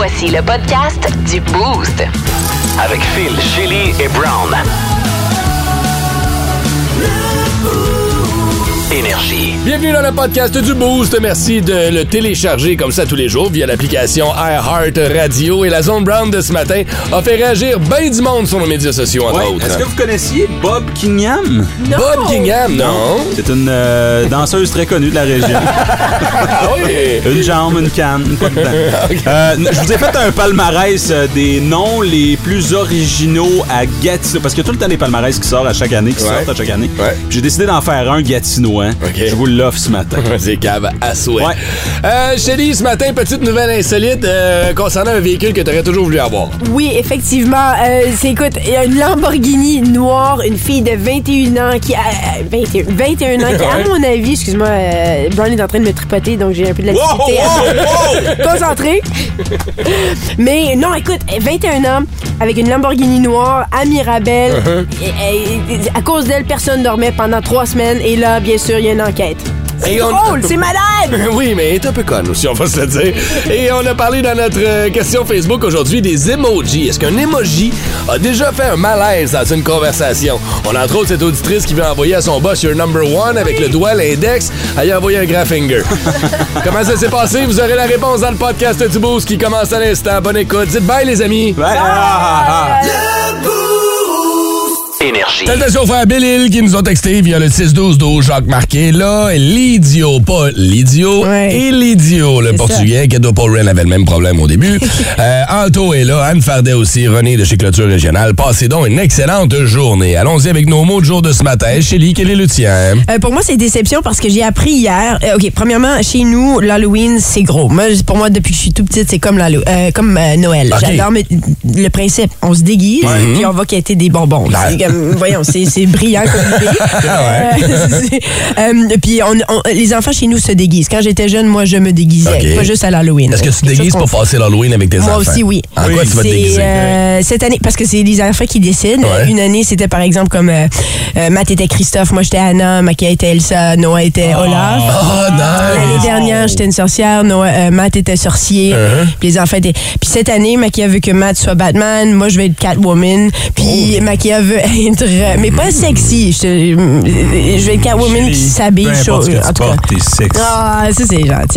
Voici le podcast du Boost. Avec Phil, Shelly et Brown. Énergie. Bienvenue dans le podcast du Boost. Merci de le télécharger comme ça tous les jours via l'application iHeart Radio. Et la Zone Brown de ce matin a fait réagir bien du monde sur nos médias sociaux, entre autres. Est-ce que vous connaissiez Bob Kingham? Non. Bob Kingham, non. C'est une danseuse très connue de la région. Ah oui? Une jambe, une canne, pas de dents. Okay. Je vous ai fait un palmarès des noms les plus originaux à Gatineau. Parce qu'il y a tout le temps des palmarès qui sortent à chaque année, sortent à chaque année. Ouais. J'ai décidé d'en faire un Gatinois. Okay. Je vous l'offre ce matin. C'est cave à souhait. Ouais. Shelly, ce matin, petite nouvelle insolite concernant un véhicule que tu aurais toujours voulu avoir. Oui, effectivement. Écoute, il y a une Lamborghini noire, une fille de 21 ans qui a 21 ans qui, à mon avis, excuse-moi, Brown est en train de me tripoter, donc j'ai un peu de la difficulté à me concentrer. Mais non, écoute, 21 ans, avec une Lamborghini noire à Mirabel. À cause d'elle, personne ne dormait pendant 3 semaines. Et là, bien sûr, il y a une enquête. C'est drôle, c'est malade! Oui, mais elle est un peu conne aussi, on va se le dire. Et on a parlé dans notre question Facebook aujourd'hui des emojis. Est-ce qu'un emoji a déjà fait un malaise dans une conversation? On a entre autres cette auditrice qui veut envoyer à son boss your number one avec le doigt, l'index. Elle a envoyé un grand finger. Comment ça s'est passé? Vous aurez la réponse dans le podcast du Boost qui commence à l'instant. Bonne écoute. Dites bye, les amis. Bye. Énergie. Salutations aux frères Belle-Île qui nous ont texté via le 6-12-12. Jacques Marquet là. Lydio, pas Lydio. Ouais. Et Lydio, le C'est portugais. Kedo Paul Ren avait le même problème au début. Anto est là. Anne Fardet aussi. René de chez Clôture Régionale. Passez donc une excellente journée. Allons-y avec nos mots de jour de ce matin. Shelly, quel est le tien? Pour moi, c'est déception parce que j'ai appris hier. OK, premièrement, chez nous, l'Halloween, c'est gros. Moi, pour moi, depuis que je suis tout petite, c'est comme Noël. Okay. J'adore le principe. On se déguise, puis on va quêter des bonbons. C'est comme, voyons, c'est brillant comme idée. Puis les enfants chez nous se déguisent. Quand j'étais jeune, moi, je me déguisais. Okay. Pas juste à l'Halloween. Est-ce que tu te déguises pour passer l'Halloween avec tes enfants? Moi aussi, oui. En quoi tu vas te déguiser? Cette année, parce que c'est les enfants qui décident. Ouais. Une année, c'était par exemple comme Matt était Christophe, moi j'étais Anna, Makia était Elsa, Noah était Olaf. Oh, nice! L'année dernière, j'étais une sorcière, Matt était sorcier, puis les enfants étaient... Puis cette année, Makia veut que Matt soit Batman, moi je vais être Catwoman, puis Makia veut être... mais pas sexy, je vais être Catwoman qui s'habille chaud. En tout cas. T'es sexy. Ah, ça c'est gentil.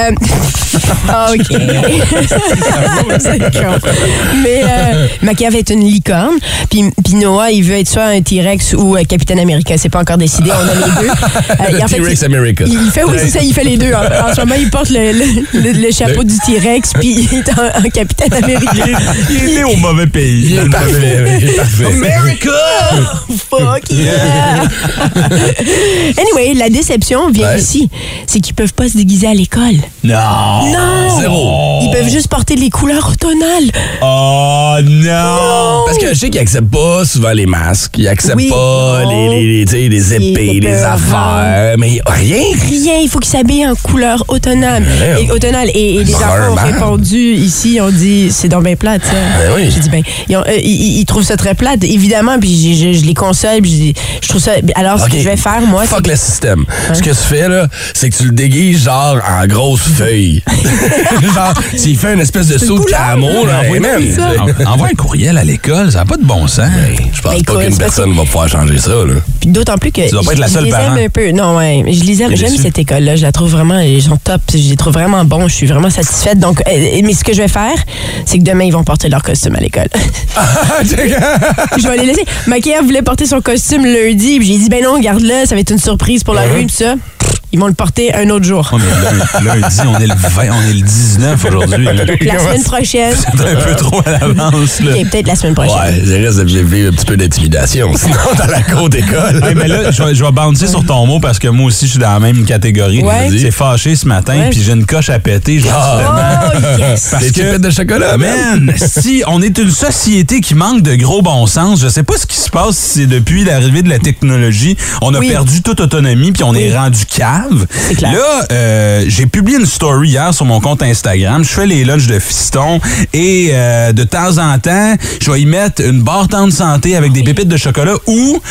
OK. C'est con. Mais Makia va être une licorne, puis Noah, il veut être soit un T-Rex ou Capitaine America. C'est pas encore décidé, on a les deux. En fait, T-Rex America. Il fait, oui, c'est ça, il fait les deux. En ce moment, il porte le chapeau du T-Rex, puis il est en Capitaine America. Il est né au mauvais pays. Il est parfait. Il est parfait. America! Fuck yeah! Anyway, la déception vient ici. C'est qu'ils peuvent pas se déguiser à l'école. Non! Zéro. Ils peuvent juste porter les couleurs automnales. Oh non! Parce que je sais qu'ils acceptent pas souvent les masques, ils acceptent Oui, pas non. les épées, les affaires, mais rien. Rien, il faut qu'ils s'habillent en couleur automnale. Et les Brun, enfants ont man. répondu ici, on dit c'est donc bien plate, ça. Ben oui. J'ai dit ils trouvent ça très plate, évidemment, puis je les console, puis je trouve ça. Alors ce que je vais faire, moi, Fuck le système. Ce que tu fais, là, c'est que tu le déguises genre en grosse feuille. Genre, s'il fait une espèce de saut de camo, là, Envoie un courriel à l'école, ça n'a pas de bon sens. je pense Ben, pas écoute, qu'une c'est parce personne va pouvoir changer ça, là. Puis d'autant plus que Tu dois pas être la seule je les parent. aime un peu. Non, ouais, je les aime. T'es J'aime déçu? cette école-là. Je la trouve vraiment, ils sont top. Je les trouve vraiment bons. Je suis vraiment satisfaite. Donc, mais ce que je vais faire, c'est que demain ils vont porter leur costume à l'école. Je vais les laisser. Maquia voulait porter son costume lundi, puis j'ai dit ben non, garde-le, ça va être une surprise pour la rue, tout ça. Ils vont le porter un autre jour. Oh, mais lundi, on est le 20, on est le 19 aujourd'hui. Donc la semaine prochaine. C'est un peu trop à l'avance, là. Et peut-être la semaine prochaine. Ouais, je risque de vivre un petit peu d'intimidation, sinon, dans la cour d'école. Hey, mais là, je vais bouncer sur ton mot parce que moi aussi, je suis dans la même catégorie. Ouais. C'est fâché ce matin, puis j'ai une coche à péter. Oh, yes! Parce Des que, pépites de chocolat, man, si on est une société qui manque de gros bon sens, je sais pas ce qui se passe si c'est depuis l'arrivée de la technologie, on a perdu toute autonomie puis on est rendu cave. cave. C'est clair. Là, j'ai publié une story hier sur mon compte Instagram. Je fais les lunchs de fiston et de temps en temps, je vais y mettre une barre de santé avec des pépites de chocolat ou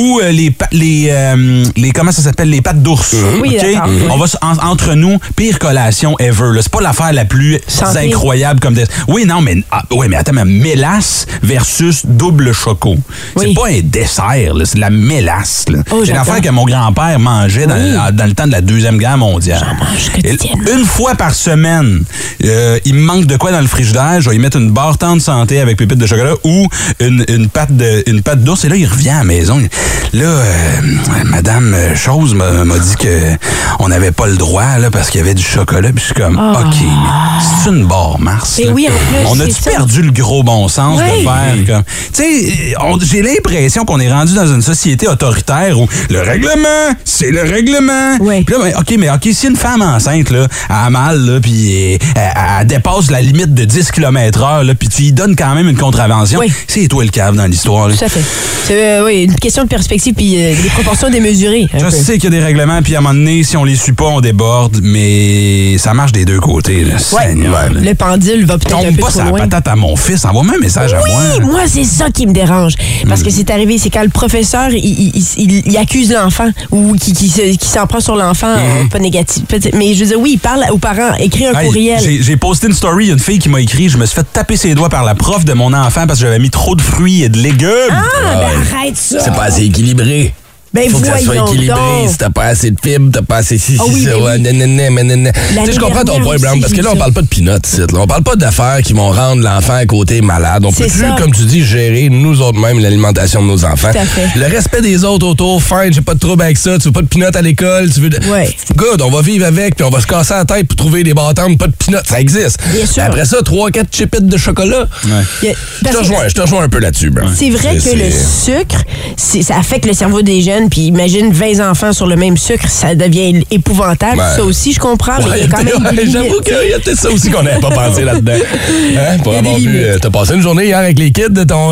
les comment ça s'appelle, les pâtes d'ours. Oui, OK? d'accord. On va entre nous, pire collation ever. Là. C'est pas l'affaire la plus Santé. incroyable comme des. Oui, non, mais mais attends, mais mélasse versus double choco. Oui. C'est pas un dessert, là, c'est de la mélasse. Là. Oh, c'est j'adore. l'affaire que mon grand-père mangeait dans le temps de la Deuxième Guerre mondiale. J'en mange quotidiennement. Une fois par semaine, il me manque de quoi dans le frigidaire, je vais y mettre une barre de santé avec pépites de chocolat ou une pâte d'ours. Et là, il revient à la maison. Là, Madame Chose m'a dit que on n'avait pas le droit là, parce qu'il y avait du chocolat. Puis je suis comme, OK, c'est une barre, Mars. Mais là. oui, en plus, On a-tu c'est ça. perdu le gros bon sens Ouais. de faire comme... Tu sais, j'ai l'impression qu'on est rendu dans une société autoritaire où le règlement, c'est le règlement. Ouais. Puis là, OK, si une femme enceinte, là, elle a mal, là, puis elle dépasse la limite de 10 km/h, là, puis tu lui donnes quand même une contravention, Oui. c'est toi le cave dans l'histoire. Là. Tout à fait. C'est oui, une question de perspective puis des proportions démesurées. un Je peu. sais qu'il y a des règlements, puis à un moment donné, si on les suit pas, on déborde, mais ça marche des deux côtés. Là. Ouais. Seigneur, là. Le pendule va peut-être un Tombe peu pas trop sa loin. patate à mon fils, envoie-moi un message à moi. Oui, moi, c'est ça qui me dérange. Parce que c'est arrivé, c'est quand le professeur, il accuse l'enfant ou qui s'en prend sur l'enfant, pas négatif. Mais je veux dire, oui, il parle aux parents, écrit un Hey, courriel. J'ai posté une story, il y a une fille qui m'a écrit, je me suis fait taper ses doigts par la prof de mon enfant parce que j'avais mis trop de fruits et de légumes. Arrête ça! C'est pas assez équilibré. Ben Faut que ça soit voyons équilibré. donc. Si t'as pas assez de fibres, t'as pas assez ci, Ah oui, ça, ben ouais, oui. nanana. Tu sais, je comprends ton dernière point, Brown, aussi, parce que j'ai là, vu on ça. parle pas de peanuts, ici, là. On parle pas d'affaires qui vont rendre l'enfant à côté malade. On peut C'est plus, ça. comme tu dis, gérer nous autres mêmes l'alimentation de nos enfants. Tout à fait. Le respect des autres autour, fine, j'ai pas de trouble avec ça. Tu veux pas de peanuts à l'école, tu veux. Ouais. Good, on va vivre avec, puis on va se casser la tête pour trouver des bâtons, pas de peanuts, ça existe. Bien sûr. Mais après ça, 3-4 chipettes de chocolat. Il y a- parce que Je te rejoins un peu là-dessus, Brown. C'est vrai que le sucre, ça affecte le cerveau des jeunes, puis imagine 20 enfants sur le même sucre, ça devient épouvantable. Ouais. Ça aussi, je comprends, mais il y a quand même des limites. J'avoue qu'il y a peut-être ça aussi qu'on n'avait pas pensé là-dedans. Hein? Pour Il y a avoir des vu, limites. t'as passé une journée hier avec les kids de ton,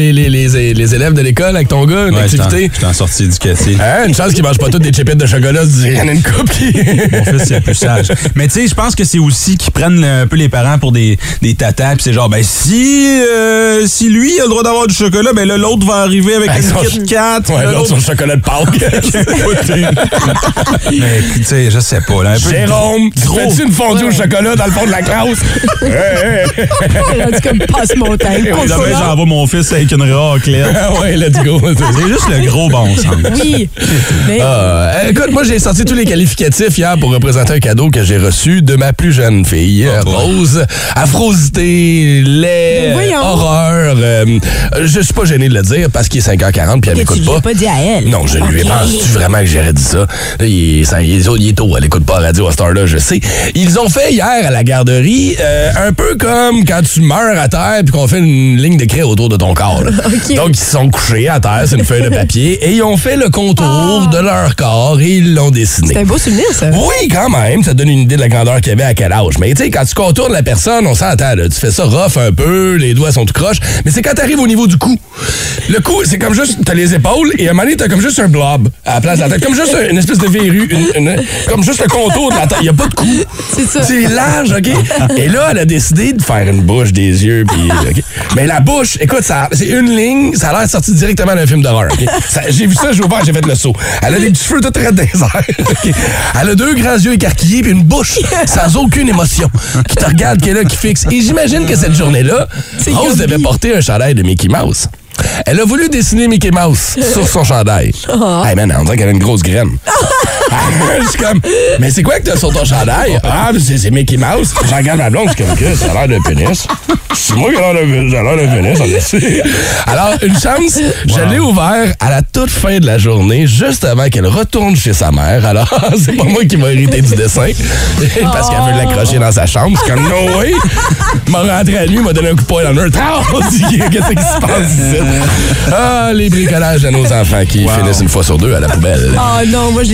les élèves de l'école avec ton gars, une activité. J'étais en sortie éducative. Hein? Une chance qu'ils mangent pas toutes des chipettes de chocolat, il y en a une couple qui... Mon fils, c'est plus sage. Mais tu sais, je pense que c'est aussi qu'ils prennent un peu les parents pour des tatas, puis c'est genre, ben si lui a le droit d'avoir du chocolat, ben là, l'autre va arriver avec Avec une son- Kit Kat. Ouais, là, l'autre son chocolat de Pâques. Mais tu sais, je sais pas. Là, un peu Jérôme, tu gros. fais-tu une fondue au chocolat dans le fond de la classe? rendu comme passe-montagne. Oui, demain, j'envoie mon fils avec une raclette. Ah ouais, let's go. C'est juste le gros bon sens. Oui. Mais Écoute, moi, j'ai sorti tous les qualificatifs hier pour représenter un cadeau que j'ai reçu de ma plus jeune fille, Rose. Affrosité, laid, Ben voyons. horreur. Je suis pas gêné de le dire parce qu'il est 5h40 puis elle que tu m'écoute l'as pas. pas dit à elle. Non, je lui ai Ok. pensé vraiment que j'aurais dit ça. Là, il est tôt, elle écoute pas la radio à cette heure-là, je sais. Ils ont fait hier à la garderie un peu comme quand tu meurs à terre puis qu'on fait une ligne de craie autour de ton corps. là. Ok. Donc, ils se sont couchés à terre, c'est une feuille de papier, et ils ont fait le contour de leur corps et ils l'ont dessiné. C'est un beau souvenir, ça. Oui, quand même, ça donne une idée de la grandeur qu'il y avait à quel âge. Mais tu sais, quand tu contournes la personne, on s'entend, là, tu fais ça rough un peu, les doigts sont tout croches, mais c'est quand t'arrives au niveau du cou. Le cou, c'est comme juste, t'as les épaules, et à un moment donné, t'as comme juste un blob à la place de la tête, comme juste une espèce de verrue, comme juste le contour de la tête. Il n'y a pas de cou. C'est ça. C'est large, OK? Et là, elle a décidé de faire une bouche, des yeux, puis... OK? Mais la bouche, écoute, c'est une ligne, ça a l'air sorti directement d'un film d'horreur, OK? J'ai vu ça, j'ai ouvert, j'ai fait le saut. Elle a des petits cheveux tout très déserts, OK? Elle a deux grands yeux écarquillés, puis une bouche sans aucune émotion, qui te regarde, qui est là, qui fixe. Et j'imagine que cette journée-là, Rose devait porter un chandail de Mickey Mouse. Elle a voulu dessiner Mickey Mouse sur son chandail. Hey man, on dirait qu'elle a une grosse graine. Je suis comme, mais c'est quoi que t'as sur ton chandail? Ah, c'est Mickey Mouse. J'en regarde ma blonde, je suis comme, que ça a l'air d'un pénis. C'est moi qui ai l'air d'un pénis, on le sait. Alors, une chance, je l'ai ouvert à la toute fin de la journée, juste avant qu'elle retourne chez sa mère. Alors, c'est pas moi qui m'a hérité du dessin, parce qu'elle veut l'accrocher dans sa chambre. C'est comme, no way. M'a rentré à lui, m'a donné un coup de poing dans le mur. Qu'est-ce qui se passe ici? Ah, les bricolages de nos enfants qui finissent une fois sur deux à la poubelle. Ah non, moi je les garde tous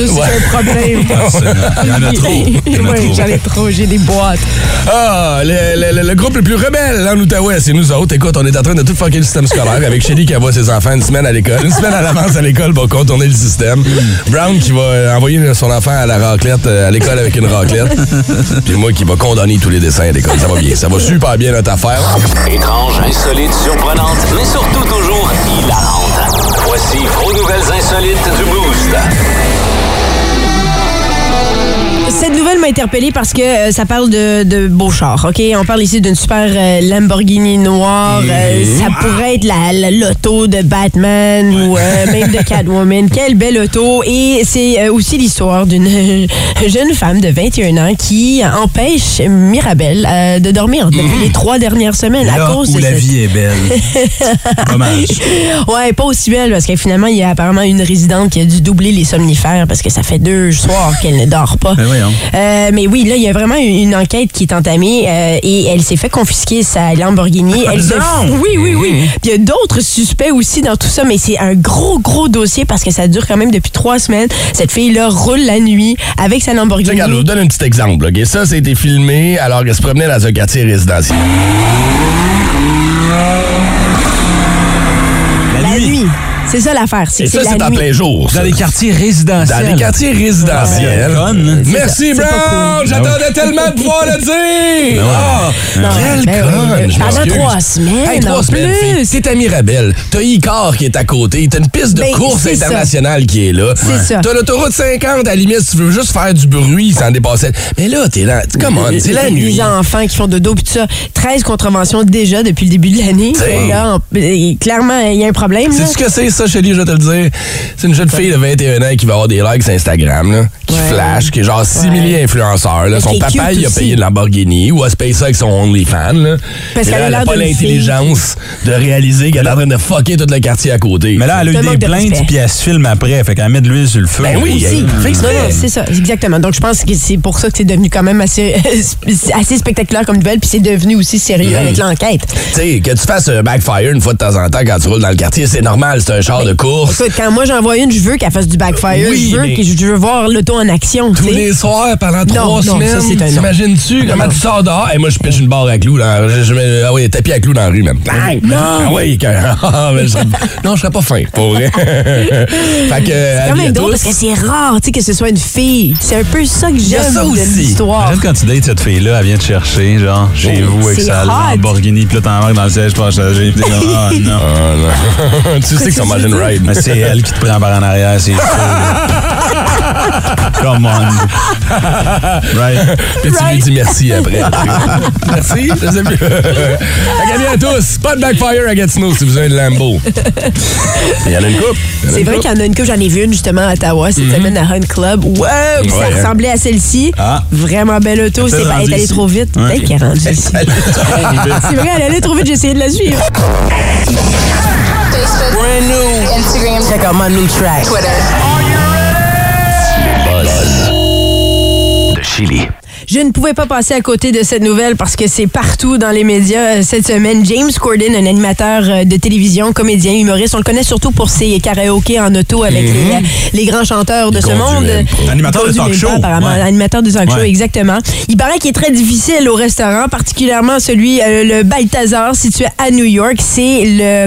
c'est un problème. Il y en a trop. Oui, j'en ai trop, j'ai des boîtes. Ah, le groupe le plus rebelle en Outaouais, c'est nous autres. Écoute, on est en train de tout fucker le système scolaire avec Shelly qui envoie ses enfants une semaine à l'école. Une semaine à l'avance à l'école pour contourner le système. Brown qui va envoyer son enfant à la raclette, à l'école avec une raclette. Puis moi qui va condamner tous les dessins à l'école. Ça va bien. Ça va super bien notre affaire. Étrange, insolite, surprenante, mais surtout toujours hilarante. Voici vos nouvelles insolites du Boost. Cette nouvelle m'a interpellée parce que ça parle de beaux chars, OK? On parle ici d'une super Lamborghini noire. Ça pourrait être l'auto de Batman ou même de Catwoman. Quelle belle auto. Et c'est aussi l'histoire d'une jeune femme de 21 ans qui empêche Mirabelle de dormir depuis les 3 dernières semaines Là à cause où de la cette... vie est belle. Dommage. Ouais, pas aussi belle parce que finalement, il y a apparemment une résidente qui a dû doubler les somnifères parce que ça fait 2 soirs qu'elle ne dort pas. Ben voyons. Mais oui, là, il y a vraiment une enquête qui est entamée et elle s'est fait confisquer sa Lamborghini. Oui. Puis il y a d'autres suspects aussi dans tout ça, mais c'est un gros dossier parce que ça dure quand même depuis 3 semaines. Cette fille-là roule la nuit avec sa Lamborghini. Regarde, je vous donne un petit exemple. Okay? Ça a été filmé alors qu'elle se promenait dans un quartier résidentiel. La nuit. C'est ça l'affaire. Et ça, c'est en plein jour. Dans les quartiers résidentiels. Dans les quartiers résidentiels. Merci, Brown! J'attendais tellement de pouvoir le dire! Quelle conne! Pendant 3 semaines. Hey, 3 semaines. T'es à Mirabelle. T'as Icar qui est à côté. T'as une piste de course internationale qui est là. C'est ça. T'as l'autoroute 50, à la limite, si tu veux juste faire du bruit sans dépasser. Mais là, t'es là. Come on, c'est la nuit. Des enfants qui font dodo pis tout ça. 13 contraventions déjà depuis le début de l'année. Là, clairement, il y a un problème. C'est ce que c'est, ça, Shelly, je vais te le dire. C'est une jeune fille de 21 ans qui va avoir des likes sur Instagram, là, qui flash, qui est genre 6 milliers influenceurs. Là. Son papa, il a payé une Lamborghini ou a se payé ça avec son OnlyFans. Là. Parce Et qu'elle là, a elle l'air n'a pas d'une l'intelligence de réaliser qu'elle est en train de fucker tout le quartier à côté. Mais là, elle a eu des plaintes puis elle se filme après. Fait qu'elle met de l'huile sur le feu. Ben oui, c'est ça, exactement. Donc, je pense que c'est pour ça que c'est devenu quand même assez spectaculaire comme nouvelle, puis c'est devenu aussi sérieux avec l'enquête. Tu sais, que tu fasses un backfire une fois de temps en temps quand tu roules dans le quartier, c'est normal, c'est un char de course. Écoute, quand moi j'en vois une, je veux qu'elle fasse du backfire. Oui, je veux voir l'auto en action. Tous les soirs, pendant 3 semaines. Ça, c'est un t'imagines-tu comment tu sors dehors? Et moi, je pêche une barre à clous. Je mets un tapis à clous dans la rue, même. Non. Ah oui, non, je serais pas fin, pour vrai. Fait que, c'est quand même drôle parce que c'est rare que ce soit une fille. C'est un peu ça que j'aime de l'histoire. Imagine quand tu dates cette fille-là, elle vient te chercher, genre, chez vous, avec sa Lamborghini, puis là, t'embarques dans le siège passager, puis t'es comme, ah non. Tu sais que ça mange une ride. Mais c'est elle qui te prend par en arrière, c'est Come on. Right. Puis tu lui dis merci après. Merci, je sais plus. À gagner à tous. Pas de backfire à Gatineau si vous avez une Lambo. Il y en a une coupe. C'est vrai qu'il y en a une coupe. J'en ai vu une justement à Ottawa cette semaine à Hunt Club. Wow, ça ressemblait à celle-ci. Vraiment belle auto. Elle est allée trop vite. Peut-être qu'elle est rendue ici. C'est vrai, elle allait trop vite. J'ai essayé de la suivre. Facebook, Brand new. Instagram, Check out my new track. Twitter. De Chili. Je ne pouvais pas passer à côté de cette nouvelle parce que c'est partout dans les médias cette semaine. James Corden, un animateur de télévision, comédien, humoriste, on le connaît surtout pour ses karaokés en auto avec les grands chanteurs de ce monde. Animateur de talk show. Apparemment, animateur de talk show, exactement. Il paraît qu'il est très difficile au restaurant, particulièrement celui, le Balthazar, situé à New York. C'est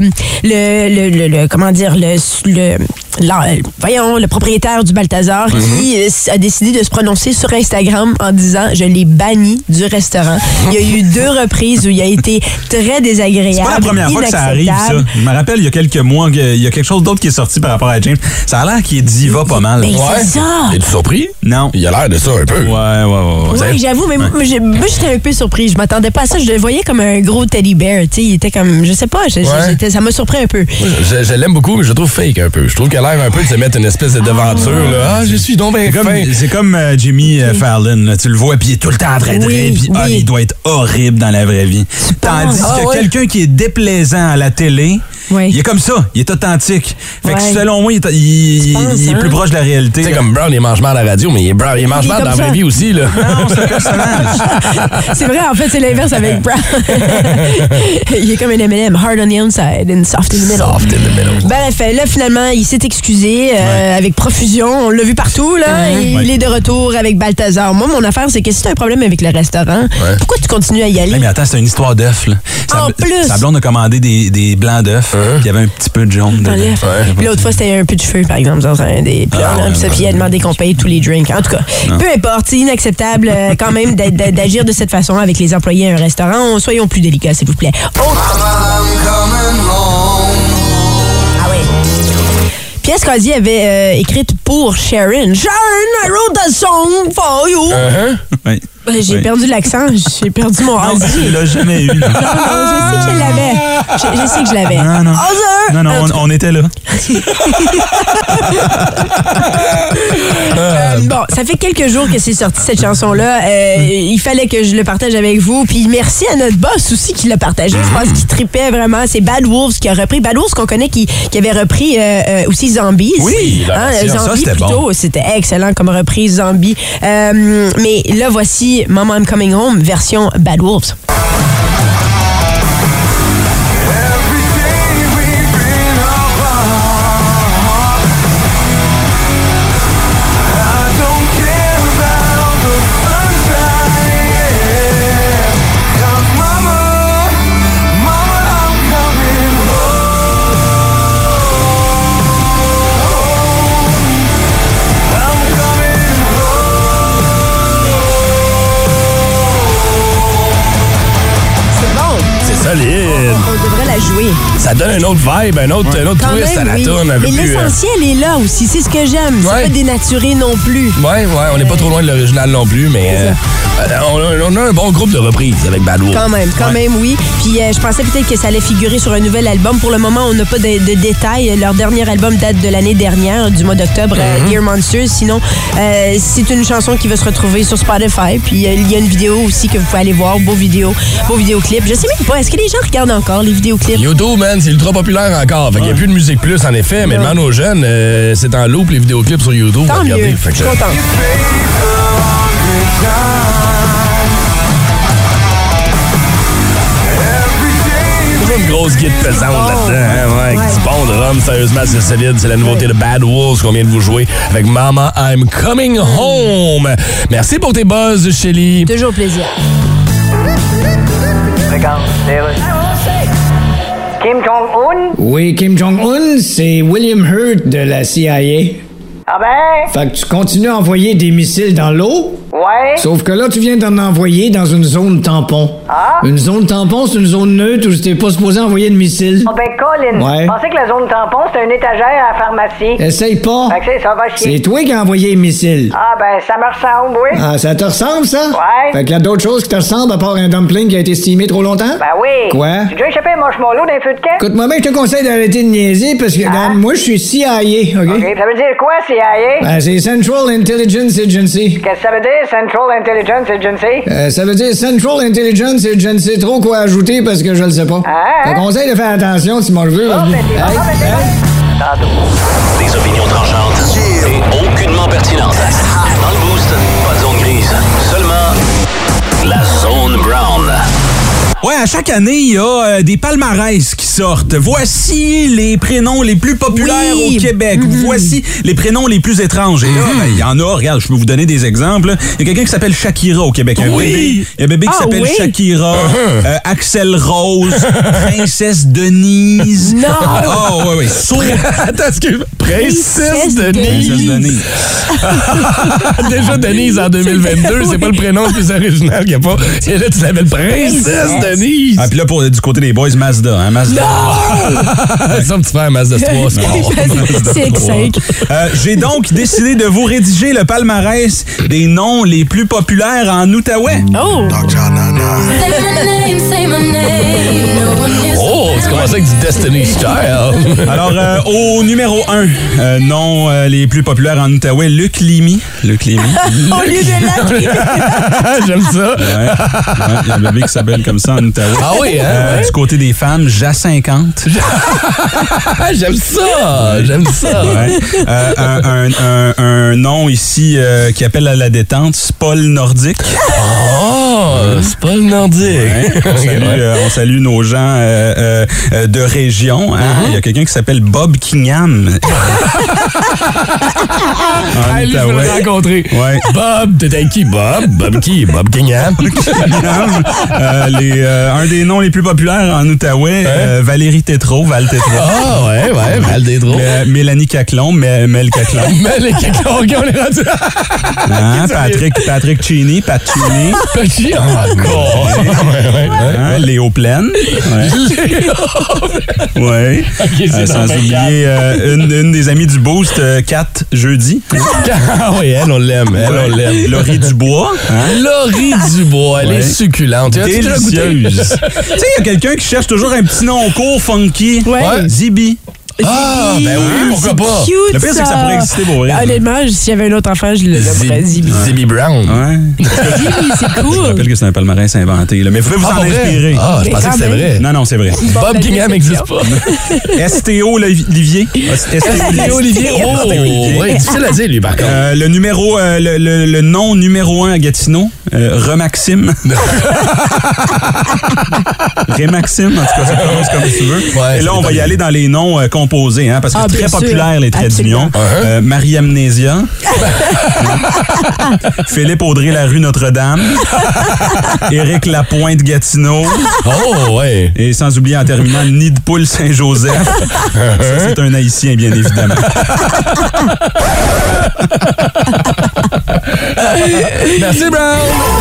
le propriétaire du Balthazar qui a décidé de se prononcer sur Instagram en disant « Je l'ai banni du restaurant ». Il y a eu 2 reprises où il a été très désagréable, c'est pas la première fois que ça arrive, ça. Je me rappelle, il y a quelques mois, il y a quelque chose d'autre qui est sorti par rapport à James. Ça a l'air qu'il est diva pas mal. Mais c'est ça! Es-tu surpris? Non. Il a l'air de ça un peu. Ouais, j'avoue, mais moi, j'étais un peu surpris. Je m'attendais pas à ça. Je le voyais comme un gros teddy bear. Tu sais, il était comme, je sais pas, ça m'a surpris un peu. Je l'aime beaucoup, mais je le trouve fake un peu. Je trouve qu'elle a l'air un peu de se mettre une espèce de devanture. Là. Ah, je suis donc bien fin. C'est comme Jimmy Fallon. Là. Tu le vois, puis il est tout le temps en train de rire, puis il doit être horrible dans la vraie vie. Tandis que quelqu'un qui est déplaisant à la télé, Oui. Il est comme ça, il est authentique. Fait que Ouais. selon moi, il est plus proche de la réalité. Tu sais, comme Brown, il est mangement à la radio, mais il est mangement Il est dans la comme vraie ça. vie aussi, là. Non, c'est un personnage. C'est vrai, en fait, c'est l'inverse avec Brown. Il est comme un M&M, hard on the outside and soft in the middle. Soft in the middle. Bref, là, finalement, il s'est excusé avec profusion. On l'a vu partout, là. Et il est de retour avec Balthazar. Moi, mon affaire, c'est que si tu as un problème avec le restaurant, pourquoi tu continues à y aller? Hey, mais attends, c'est une histoire d'œuf, là. En plus. Sa blonde a commandé des blancs d'œufs, puis il y avait un petit peu de jaune dedans. T'enlèves. Puis l'autre fois, c'était un peu de cheveux, par exemple, dans un des plats. ouais, Puis ça, puis il a demandé qu'on paye tous les drinks. En tout cas, peu importe, c'est inacceptable quand même d'agir de cette façon avec les employés à un restaurant. Soyons plus délicats, s'il vous plaît. Ah oui. Pièce qu'Ozzy avait écrite pour Sharon. Sharon, I wrote a song for you. Oui. J'ai Oui. perdu l'accent, j'ai perdu mon Non, Ozzy. tu l'as jamais eu. Non, je sais que je l'avais. Je sais que je l'avais. Non. Ozzy! Non, on était là. Bon, ça fait quelques jours que c'est sorti cette chanson-là. Il fallait que je le partage avec vous. Puis merci à notre boss aussi qui l'a partagé. Je pense qu'il tripait vraiment. C'est Bad Wolves qui a repris. Bad Wolves qu'on connaît qui avait repris aussi Zombies. Oui, la version, ça, Zombies c'était plutôt. bon. C'était excellent comme reprise Zombie. Mais là, voici Mama I'm Coming Home version Bad Wolves. Solide. On devrait la jouer. Ça donne un autre vibe, un autre Quand twist même, à la oui. tourne. Un peu Mais plus, l'essentiel est là aussi. C'est ce que j'aime. C'est Ouais. pas dénaturé non plus. Ouais, on n'est pas trop loin de l'original non plus, mais on a un bon groupe de reprises avec Bad Wolf. Quand même, oui. Puis je pensais peut-être que ça allait figurer sur un nouvel album. Pour le moment, on n'a pas de détails. Leur dernier album date de l'année dernière, du mois d'octobre, Dear Monsters. Sinon, c'est une chanson qui va se retrouver sur Spotify. Puis il y a une vidéo aussi que vous pouvez aller voir. Beau vidéoclip. Je sais même pas, est-ce que les gens regardent encore les vidéoclips? YouTube, man, c'est ultra populaire encore. Fait qu'il n'y a plus de musique plus, en effet. Mais demande aux jeunes, c'est en loop les vidéoclips sur YouTube. Tant mieux. Regardez. Je suis contente. Toujours une grosse guide pesante là-dedans. Hein, ouais, avec du bon drum, sérieusement, c'est solide. C'est la nouveauté de Bad Wolves qu'on vient de vous jouer avec Mama I'm Coming Home. Merci pour tes buzz, Shelly. Toujours plaisir. Kim Jong-un? Oui, Kim Jong-un, c'est William Hurt de la CIA. Ah ben? Fait que tu continues à envoyer des missiles dans l'eau, Ouais? sauf que là, tu viens d'en envoyer dans une zone tampon. Ah? Une zone tampon, c'est une zone neutre où t'es pas supposé envoyer de missiles. Ah ben, Colin, Ouais. je pensais que la zone tampon, c'était une étagère à la pharmacie. Essaye pas. Fait que ça va chier. C'est toi qui as envoyé les missiles. Ah ben, ça me ressemble, oui. Ah, ça te ressemble, ça? Ouais. Fait que y a d'autres choses qui te ressemblent à part un dumpling qui a été steamé trop longtemps? Ben oui. Quoi? Tu as déjà échappé un marshmallow d'un feu de camp? Écoute, moi, je te conseille d'arrêter de niaiser parce que, regarde, moi, je suis CIA, OK? OK, ça veut dire quoi, CIA? Ben, c'est Central Intelligence Agency. Qu'est-ce que ça veut dire, Central Intelligence Agency? Ça veut dire Central Intelligence et je ne sais trop quoi ajouter parce que je le sais pas. Ah, Te conseille de faire attention si mon neveu va Oh, venir. ben, Hey, c'est hey. Tantôt. Des opinions tranchantes et aucunement pertinentes. Dans le boost, pas de zone grise, seulement la zone brown. Ouais, à chaque année, il y a des palmarès qui sortent. Voici les prénoms les plus populaires Oui. au Québec. Voici les prénoms les plus étranges. Et là, ben, il y en a, regarde, je peux vous donner des exemples. Il y a quelqu'un qui s'appelle Shakira au Québec. Un bébé. Il y a un bébé qui Ah, s'appelle oui? Shakira, Axel Rose, Princesse Denise. Non! Oh, ouais. Attends, excuse-moi. Princesse Princesse Denise. Princesse Denise. Déjà, Denise en 2022, c'est pas le prénom le plus original qu'il n'y a pas. Et là, tu l'appelles Princesse Denise. Ah, puis là, du côté des boys, Mazda. Hein, Mazda. C'est un petit frère Mazda 3 Sport. C'est exciting. J'ai donc décidé de vous rédiger le palmarès des noms les plus populaires en Outaouais. Oh! Oh, tu commences pensais que du Destiny's Child. Alors, au numéro 1, nom les plus populaires en Outaouais, Luc Limy. Luc Limy. Au lieu de la J'aime ça. Ouais, il y a un bébé qui s'appelle comme ça en Outaouais. Ah oui, hein? Du côté des femmes, Ja50. J'aime ça. J'aime ça. Ouais. Un nom ici qui appelle à la détente, Spol Nordique. Oh, c'est pas le nordique. Ouais. On salue nos gens de région. Hein? Il y a quelqu'un qui s'appelle Bob Kingham. Ah, lui, je veux le rencontrer. Ouais. Bob, t'es avec qui, Bob? Bob qui? Bob Kingham. Un des noms les plus populaires en Outaouais, Valérie Tétrault, Val Tétrault. Ah, ouais, Val Tétrault. Mélanie Caclon, Mel Caclon. Mel Caclon, on est rendu. Hein? Patrick Cheney, Pat Cheney. Petit, Hein? Léo Plaine. Ouais. Okay, sans oublier une des amies du Boost, Kat Jeudi. Ah oui, elle, on l'aime. Laurie Dubois. Hein? Laurie Dubois, elle est succulente. Délicieuse. Tu sais, il y a quelqu'un qui cherche toujours un petit nom court, funky. Ouais. Zibi. Ah, ben oui, pourquoi pas? Cute, le pire, c'est que ça pourrait exister pour vrai. Honnêtement, s'il y avait un autre enfant, je le nommerais Zibi. Zibi Brown. Ouais. Zibi, c'est Je cool. rappelle que c'est un palmarès inventé, là. Mais vous pouvez vous en inspirer. Ah, je Mais pensais que quand c'était même. vrai. Non, c'est vrai. Bob Kingham n'existe pas. STO Olivier. STO Olivier. Oh, ouais, difficile à dire, lui, par contre. Le nom numéro 1 à Gatineau, Remaxime. Rémaxime, en tout cas, ça commence comme tu veux. Ouais, et là, on va y aller dans les noms composés, hein, parce que très populaires, les traits d'union. Marie Amnésia. Philippe Audrey, la rue Notre-Dame. Éric Lapointe Gatineau. Oh, ouais. Et sans oublier en terminant, Nid de Poule Saint-Joseph. Ça, c'est un Haïtien, bien évidemment. Merci, Brown.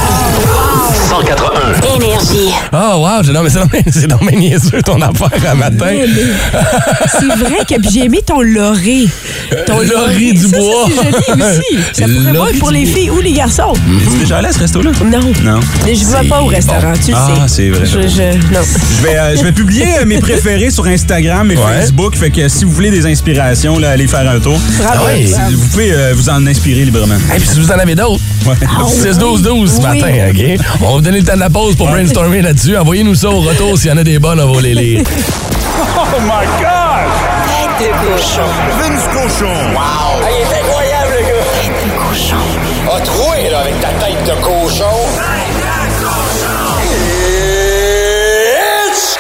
181. Énergie. Oh, wow. C'est dans mes niaiseux, ton affaire à matin. C'est vrai que j'ai aimé ton Loré. Laurie Dubois. Ça, c'est joli aussi. Ça pourrait pas Laurie être pour les filles ou les garçons. Es-tu déjà allé à ce resto-là? Non. Non. Mais je vais pas au restaurant, tu le sais. Ah, c'est vrai. Non. Je vais publier mes préférés sur Instagram et Facebook. Fait que si vous voulez des inspirations, là, allez faire un tour. Bravo. ouais. Vous pouvez vous en inspirer librement. Et puis si vous en avez d'autres, Ouais. 6-12-12 ce matin, OK? On va vous donner le temps de la pause pour brainstormer là-dessus. Envoyez-nous ça au retour. S'il y en a des bonnes, on va les lire. Oh my God! Tête de cochon. Vince Cochon. Wow! il est incroyable, le gars! Tête de cochon. A troué, là, avec ta tête de cochon. Tête de cochon! It's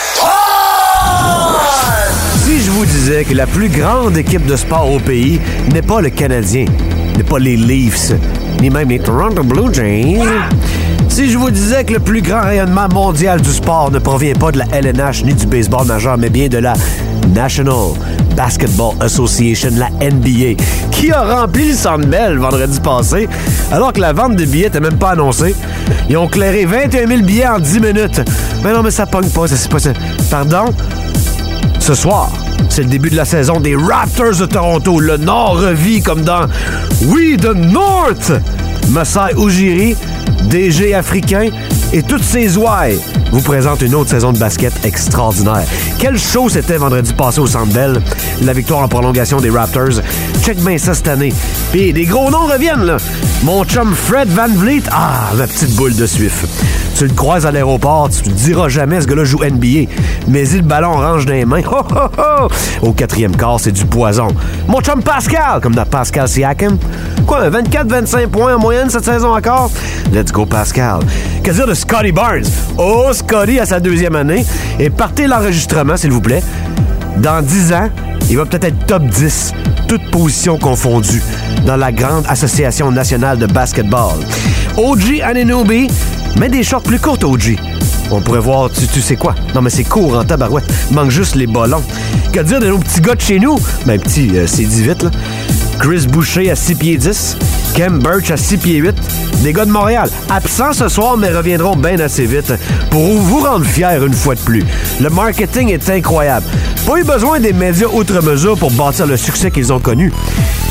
time! Si je vous disais que la plus grande équipe de sport au pays n'est pas le Canadien, n'est pas les Leafs, ni même les Toronto Blue Jays. Si je vous disais que le plus grand rayonnement mondial du sport ne provient pas de la LNH ni du baseball majeur, mais bien de la National Basketball Association, la NBA, qui a rempli le Centre Bell vendredi passé, alors que la vente de billets n'était même pas annoncée. Ils ont clairé 21 000 billets en 10 minutes. Mais non, mais ça pogne pas, ça c'est pas ça. Pardon? Ce soir, c'est le début de la saison des Raptors de Toronto. Le Nord revit comme dans We the North! Masai Ujiri, DG africain et toutes ses ouailles vous présentent une autre saison de basket extraordinaire. Quel show c'était vendredi passé au Centre Bell. La victoire en prolongation des Raptors. Check bien ça cette année. Puis des gros noms reviennent, là. Mon chum Fred VanVleet. Ah, ma petite boule de suif. Tu le croises à l'aéroport, tu te diras jamais ce gars-là joue NBA. Mais il le ballon range dans les mains. Ho, ho, ho! Au quatrième quart, c'est du poison. Mon chum Pascal, comme dans Pascal Siakam. Quoi, 24-25 points en moyenne cette saison encore? Let's go, Pascal. Que dire de Scotty Barnes? Oh, Scotty à sa deuxième année. Et partez l'enregistrement, s'il vous plaît. Dans 10 ans, il va peut-être être top 10, toutes positions confondues, dans la grande association nationale de basketball. OG Anunoby, mais des shorts plus courtes, OG. On pourrait voir, tu sais quoi? Non, mais c'est court en tabarouette. Il manque juste les ballons. Que dire de nos petits gars de chez nous? Ben, petit, c'est dit vite, là. Chris Boucher à 6 pieds 10. Kem Birch à 6 pieds 8. Des gars de Montréal. Absents ce soir, mais reviendront bien assez vite pour vous rendre fiers une fois de plus. Le marketing est incroyable. Pas eu besoin des médias outre mesure pour bâtir le succès qu'ils ont connu.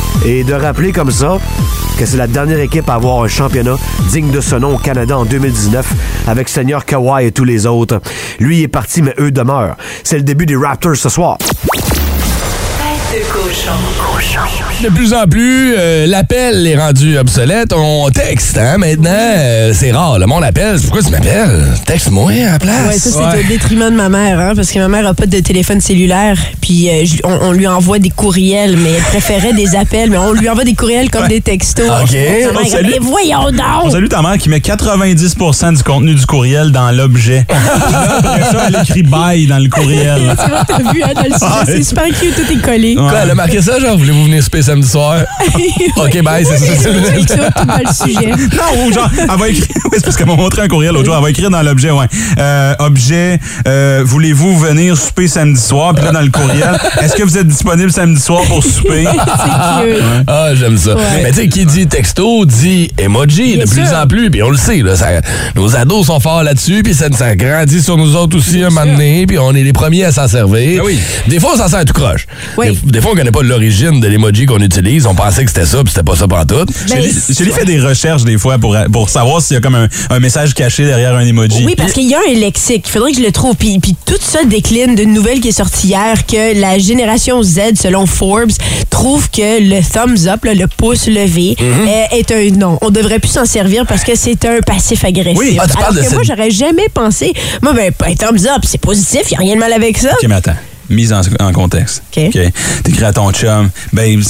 Et de rappeler comme ça que c'est la dernière équipe à avoir un championnat digne de ce nom au Canada en 2019 avec Seigneur Kawhi et tous les autres. Lui il est parti, mais eux demeurent. C'est le début des Raptors ce soir. De plus en plus, l'appel est rendu obsolète. On texte, hein, maintenant. C'est rare. Le monde appelle. Pourquoi tu m'appelles? Texte-moi à la place. Ouais, ça, c'est au détriment de ma mère, hein, parce que ma mère n'a pas de téléphone cellulaire. Puis on lui envoie des courriels, mais elle préférait des appels, mais on lui envoie des courriels comme des textos. OK. Mais voyons donc! On salue ta mère qui met 90% du contenu du courriel dans l'objet. Après ça, elle écrit bye dans le courriel. C'est vrai, t'as vu, hein, dans le sujet, c'est super cute, tout est collé. Quoi, elle a marqué ça, genre, voulez-vous venir souper samedi soir? OK, bye, c'est ça. C'est ça, tout dans le sujet. Non, ou genre, elle va écrire. Oui, c'est parce qu'elle m'a montré un courriel l'autre jour. Elle va écrire dans l'objet, ouais. Objet, voulez-vous venir souper samedi soir? Puis là, dans le courriel, est-ce que vous êtes disponible samedi soir pour souper? C'est cute. Ah, j'aime ça. Ouais. Mais tu sais, qui dit texto dit emoji Bien de plus sûr. en plus. Puis on le sait, là, nos ados sont forts là-dessus. Puis ça grandit sur nous autres aussi un moment donné. Puis on est les premiers à s'en servir. Ben oui. Des fois, on s'en sert tout croche. Oui. Des fois, on connaît pas l'origine de l'emoji qu'on utilise. On pensait que c'était ça, puis c'était pas ça pantoute. J'ai fait des recherches des fois pour savoir s'il y a comme un message caché derrière un emoji. Oui, parce qu'il y a un lexique. Il faudrait que je le trouve. Puis tout ça décline d'une nouvelle qui est sortie hier que la génération Z, selon Forbes, trouve que le thumbs up, là, le pouce levé, est un non. On devrait plus s'en servir parce que c'est un passif agressif. Oui. Ah, tu parles Alors de que moi, j'aurais jamais pensé. Moi, un thumbs up, c'est positif. Il n'y a rien de mal avec ça. OK, mais attends. Mise en contexte. OK. T'écris à ton chum, ben, tu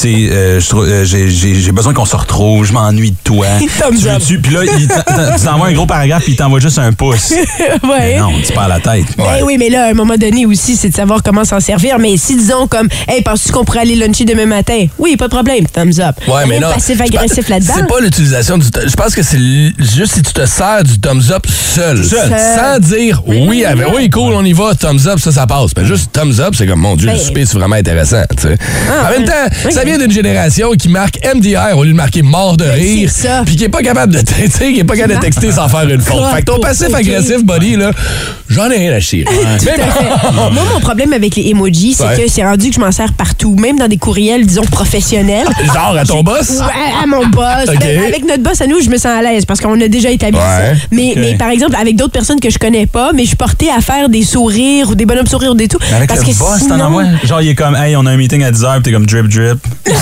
sais, j'ai besoin qu'on se retrouve, je m'ennuie de toi. Thumbs up. Puis là, tu t'envoies un gros paragraphe, puis il t'envoie juste un pouce. Ouais. Mais non, tu perds la tête. Ben oui, mais là, à un moment donné aussi, c'est de savoir comment s'en servir. Mais si, disons, comme, hey, penses-tu qu'on pourrait aller luncher demain matin? Oui, pas de problème, thumbs up. Ouais, mais non. Passif-agressif là-dedans. C'est pas l'utilisation du. Je pense que c'est juste si tu te sers du thumbs up seul. Sans dire oui, cool, on y va, thumbs up, ça passe. Mais juste thumbs up, c'est comme, mon Dieu, le souper, c'est vraiment intéressant. Tu sais. En même temps, ça vient d'une génération qui marque MDR au lieu de marquer mort de rire. Puis qui est pas capable de qui est pas capable de texter sans faire une faute. Fait que ton passif-agressif, buddy, là, j'en ai rien à chier. Tout à fait. Moi, mon problème avec les emojis, c'est que c'est rendu que je m'en sers partout, même dans des courriels, disons, professionnels. Genre à ton boss? Ouais, à mon boss. Okay. Ben, avec notre boss à nous, je me sens à l'aise parce qu'on a déjà établi ça. Mais par exemple, avec d'autres personnes que je connais pas, mais je suis portée à faire des sourires ou des bonhommes sourires ou des tout. Avec parce le que boss, sinon, t'en envoies? Genre, il est comme, hey, on a un meeting à 10h, puis t'es comme drip, drip.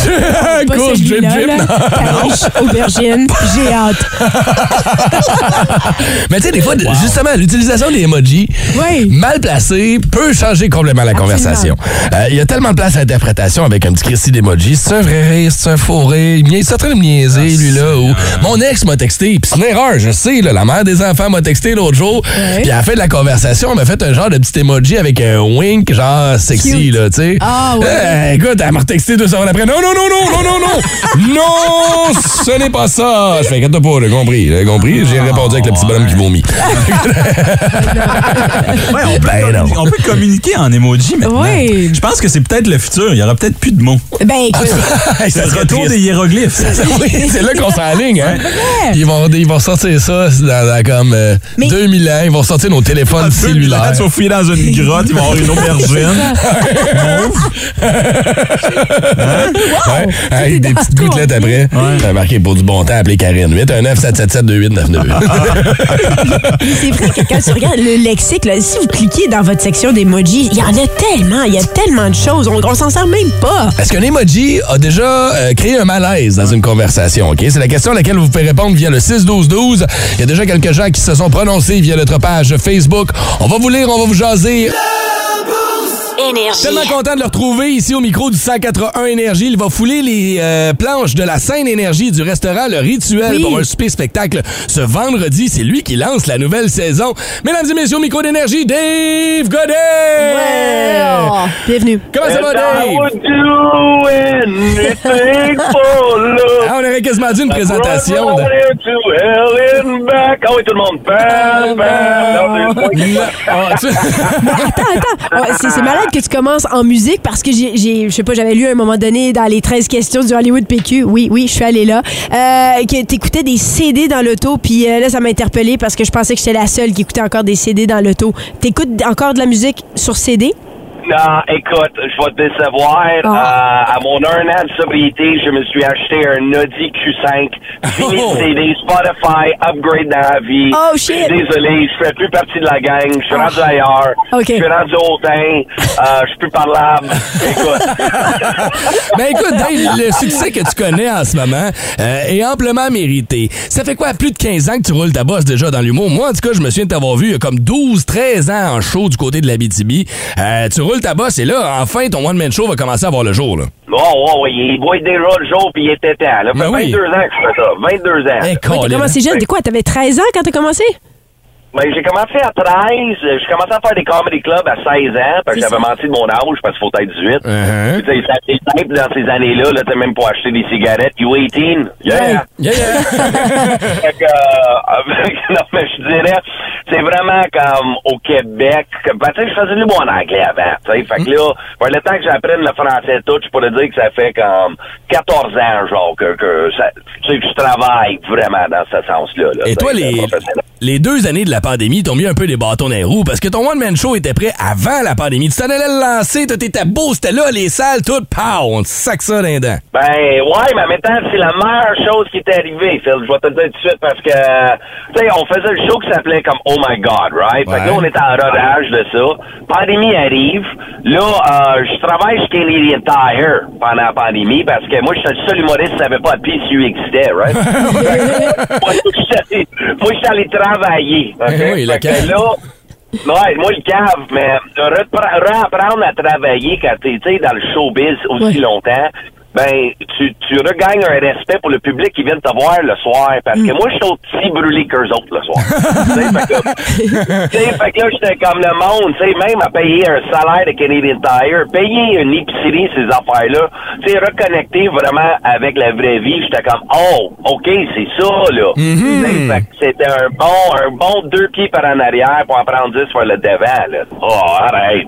pas Course, drip, celui-là, drip. là. Caroche, aubergine, j'ai hâte. Mais tu sais, des fois, justement, l'utilisation des emojis, mal placés, peut changer complètement la conversation. Il y a tellement de place à l'interprétation avec un petit crissi d'emojis. C'est un vrai rire, c'est un faux rire. Il est en train de me niaiser, lui, là. Ou mon ex m'a texté, puis c'est une erreur, je sais, là, la mère des enfants m'a texté l'autre jour, puis à la fin de la conversation, on m'a fait un genre de petit emoji avec un wink, genre sexy, là, tu sais. Ah, ouais. Écoute, elle m'a retexté 2 secondes après. Non, non, non, non, non, non, non! Non, ce n'est pas ça! Je fais, inquiète pas, j'ai compris. J'ai répondu avec le petit bonhomme qui vomit. On peut communiquer en emoji maintenant. Oui. Je pense que c'est peut-être le futur. Il y aura peut-être plus de mots. Ben, écoute. Ça Le serait retour triste. des hiéroglyphes. Oui, c'est là qu'on s'enligne, hein? Ils vont sortir ça dans comme 2000 ans. Ils vont sortir nos téléphones cellulaires. Tu vas fouiller dans une grotte, ils vont avoir une aubergine. Ouais, avec des petites gouttelettes après. T'as marqué pour du bon temps, appelez Karine. 819-777-2899. C'est vrai que quand tu regardes le lexique, là, si vous cliquez dans votre section d'emojis, il y en a tellement, il y a tellement de choses, on s'en sert même pas. Est-ce qu'un emoji a déjà créé un malaise dans une conversation? OK? C'est la question à laquelle vous pouvez répondre via le 6-12-12. Il y a déjà quelques gens qui se sont prononcés via notre page Facebook. On va vous lire, on va vous jaser. Énergie. Tellement content de le retrouver ici au micro du 181 Énergie. Il va fouler les planches de la scène Énergie du restaurant Le Rituel pour un super spectacle ce vendredi. C'est lui qui lance la nouvelle saison. Mesdames et messieurs, au micro d'Énergie, Dave Godet! Ouais! Oh, bienvenue. Comment ça va, Dave? On aurait quasiment dit une présentation. Ah oui, tout le monde. Attends. C'est malade que tu commences en musique parce que je sais pas, j'avais lu à un moment donné dans les 13 questions du Hollywood PQ. Oui, je suis allée là. Que t'écoutais des CD dans l'auto, puis là, ça m'a interpellée parce que je pensais que j'étais la seule qui écoutait encore des CD dans l'auto. T'écoutes encore de la musique sur CD? Non, écoute, je vais te décevoir. À mon 1 an de sobriété, je me suis acheté un Audi Q5. Fini de CD, Spotify, upgrade dans la vie. Oh, shit! Je suis désolé, je fais plus partie de la gang. Je suis rendu ailleurs. Okay. Je suis rendu hautain. Je suis plus parlable. Écoute. Ben écoute, Dave, le succès que tu connais en ce moment est amplement mérité. Ça fait quoi, plus de 15 ans que tu roules ta bosse déjà dans l'humour? Moi, en tout cas, je me souviens de t'avoir vu il y a comme 12-13 ans en show du côté de l'Abitibi. Tu roules ta bosse et là, enfin, ton one-man show va commencer à voir le jour, là. Oh, il voit déjà le jour puis il était temps. Ça fait 22 ans que je fais ça. 22 ans. Hey, t'as commencé jeune. Quoi, t'avais 13 ans quand t'as commencé? Ben, j'ai commencé à 13. J'ai commencé à faire des comedy clubs à 16 ans parce que j'avais menti de mon âge parce qu'il faut être 18. Puis, tu sais, c'est simple dans ces années-là. Là, t'as même pour acheter des cigarettes. You 18? Yeah! Fait que, non, mais je dirais, c'est vraiment comme au Québec. Ben, tu sais, je faisais du bon anglais avant. Tu sais, fait que là, pour le temps que j'apprenne le français tout, je pourrais dire que ça fait comme 14 ans, genre, que ça, tu sais, que je travaille vraiment dans ce sens-là. Là, et toi, les 2 années de la pandémie t'ont mis un peu les bâtons dans les roues parce que ton one-man show était prêt avant la pandémie. Tu t'en allais le lancer, t'étais beau, c'était là, les salles, tout, pow, on te sac ça dans les dents. Ben, ouais, mais en même temps, c'est la meilleure chose qui t'est arrivée, Phil. Je vais te le dire tout de suite parce que, tu sais, on faisait le show qui s'appelait comme Oh My God, right? Fait que là, on était en rodage de ça. Pandémie arrive. Là, je travaille chez Canadian Tire pendant la pandémie parce que moi, j'étais le seul humoriste qui savait pas à PCU existait, right? Moi, je suis allé travailler. Okay? Oui, le cave. Là, ouais, moi, le cave, mais reapprendre à travailler quand t'es dans le showbiz aussi longtemps, ben, tu regagnes un respect pour le public qui vient te voir le soir. Parce que moi, je suis aussi brûlé qu'eux autres le soir. Fait que là, j'étais comme le monde, tu sais, même à payer un salaire de Canadian Tire, payer une épicerie, ces affaires-là, tu sais, reconnecter vraiment avec la vraie vie, j'étais comme, oh, OK, c'est ça, là. Fait que c'était un bon 2 pieds par en arrière pour en prendre 10 sur le devant, là. Oh, arrête,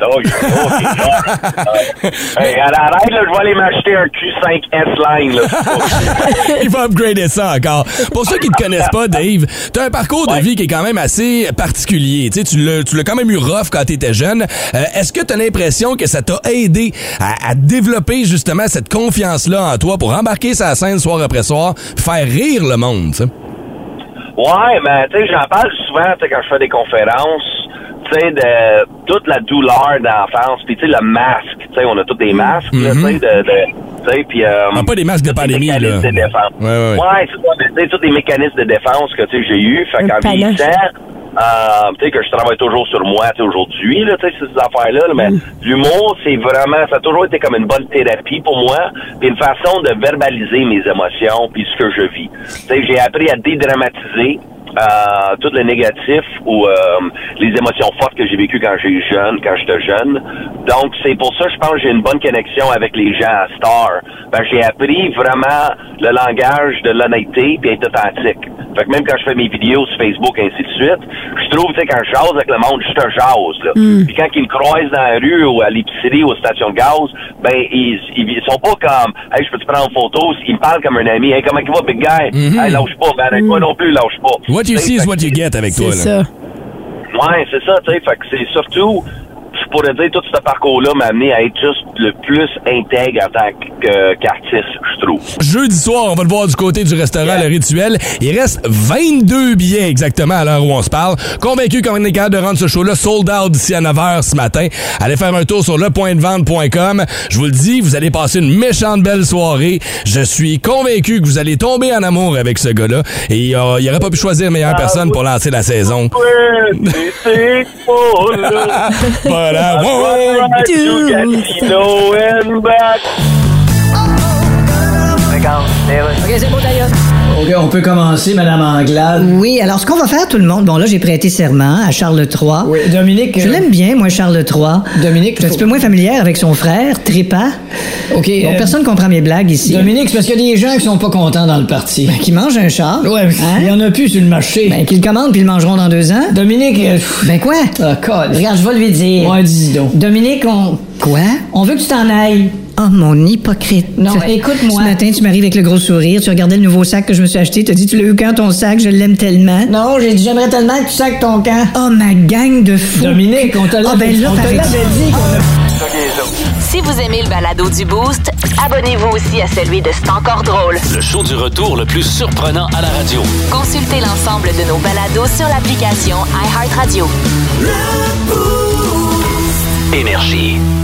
arrête, là, je vais aller m'acheter un cul 5S-Line, là. Il va upgrader ça encore. Pour ceux qui te connaissent pas, Dave, t'as un parcours de vie qui est quand même assez particulier. Tu sais, tu l'as quand même eu rough quand t'étais jeune. Est-ce que t'as l'impression que ça t'a aidé à développer justement cette confiance-là en toi pour embarquer sur la scène soir après soir, faire rire le monde, tu sais? Ouais, mais tu sais, j'en parle souvent quand je fais des conférences. Tu sais, de toute la douleur d'enfance, puis tu sais, le masque, tu sais, on a tous des masques, là, tu sais, puis... pas des masques de pandémie, là. De défense. Ouais, c'est tous des mécanismes de défense que, tu sais, j'ai eu, fait qu'en vieillissant, tu sais, que je travaille toujours sur moi, tu sais, aujourd'hui, là, tu sais, ces affaires-là, mais l'humour, c'est vraiment, ça a toujours été comme une bonne thérapie pour moi, puis une façon de verbaliser mes émotions, puis ce que je vis. Tu sais, j'ai appris à dédramatiser tout le négatif ou les émotions fortes que j'ai vécues quand j'étais jeune. Donc, c'est pour ça, je pense que j'ai une bonne connexion avec les gens à Star. Ben, j'ai appris vraiment le langage de l'honnêteté puis être authentique. Fait que même quand je fais mes vidéos sur Facebook et ainsi de suite, je trouve, tu sais, quand je jase avec le monde, je te jase, là. Puis quand ils me croisent dans la rue ou à l'épicerie ou aux stations de gaz, ben, ils sont pas comme, hey, je peux te prendre une photo. Ils me parlent comme un ami. Hey, comment tu vas, big guy? Hey, lâche pas, ben, arrête pas non plus, lâche pas. What you see is what you get avec toi, là. C'est ça. Ouais, c'est ça, tu sais. Fait que c'est surtout, je pourrais dire, tout ce parcours-là m'a amené à être juste le plus intègre en tant qu'artiste, je trouve. Jeudi soir, on va le voir du côté du restaurant Le Rituel. Il reste 22 billets exactement à l'heure où on se parle. Convaincu qu'on est capable de rendre ce show-là sold out d'ici à 9h ce matin. Allez faire un tour sur lepointdevente.com. Je vous le dis, vous allez passer une méchante belle soirée. Je suis convaincu que vous allez tomber en amour avec ce gars-là. Et il n'aurait pas pu choisir meilleure personne pour lancer la saison. Voilà. OK, c'est bon, d'ailleurs. OK, on peut commencer, Madame Anglade. Oui, alors ce qu'on va faire, tout le monde, bon là, j'ai prêté serment à Charles III. Oui, Dominique... Je l'aime bien, moi, Charles III. Dominique... Je suis un petit peu moins familière avec son frère, Trépas. OK. Bon, personne comprend mes blagues ici. Dominique, c'est parce qu'il y a des gens qui sont pas contents dans le parti. Ben, qui mangent un char. Ouais, hein? Il y en a plus sur le marché. Ben, qu'ils le commandent puis ils le mangeront dans 2 ans. Dominique... Ben quoi? Ah, God. Regarde, je vais lui dire. Ouais, dis donc. Dominique, Quoi? On veut que tu t'en ailles. Oh, mon hypocrite. Non, écoute-moi. Ce matin, tu m'arrives avec le gros sourire, tu regardais le nouveau sac que je me suis acheté, tu as dit, tu l'as eu quand ton sac, je l'aime tellement. Non, j'ai dit, j'aimerais tellement que tu sacs ton camp. Oh, ma gang de fous. Dominique, on te l'avait dit qu'on a... Si vous aimez le balado du Boost, abonnez-vous aussi à celui de C'est encore drôle. Le show du retour le plus surprenant à la radio. Consultez l'ensemble de nos balados sur l'application iHeartRadio. Énergie.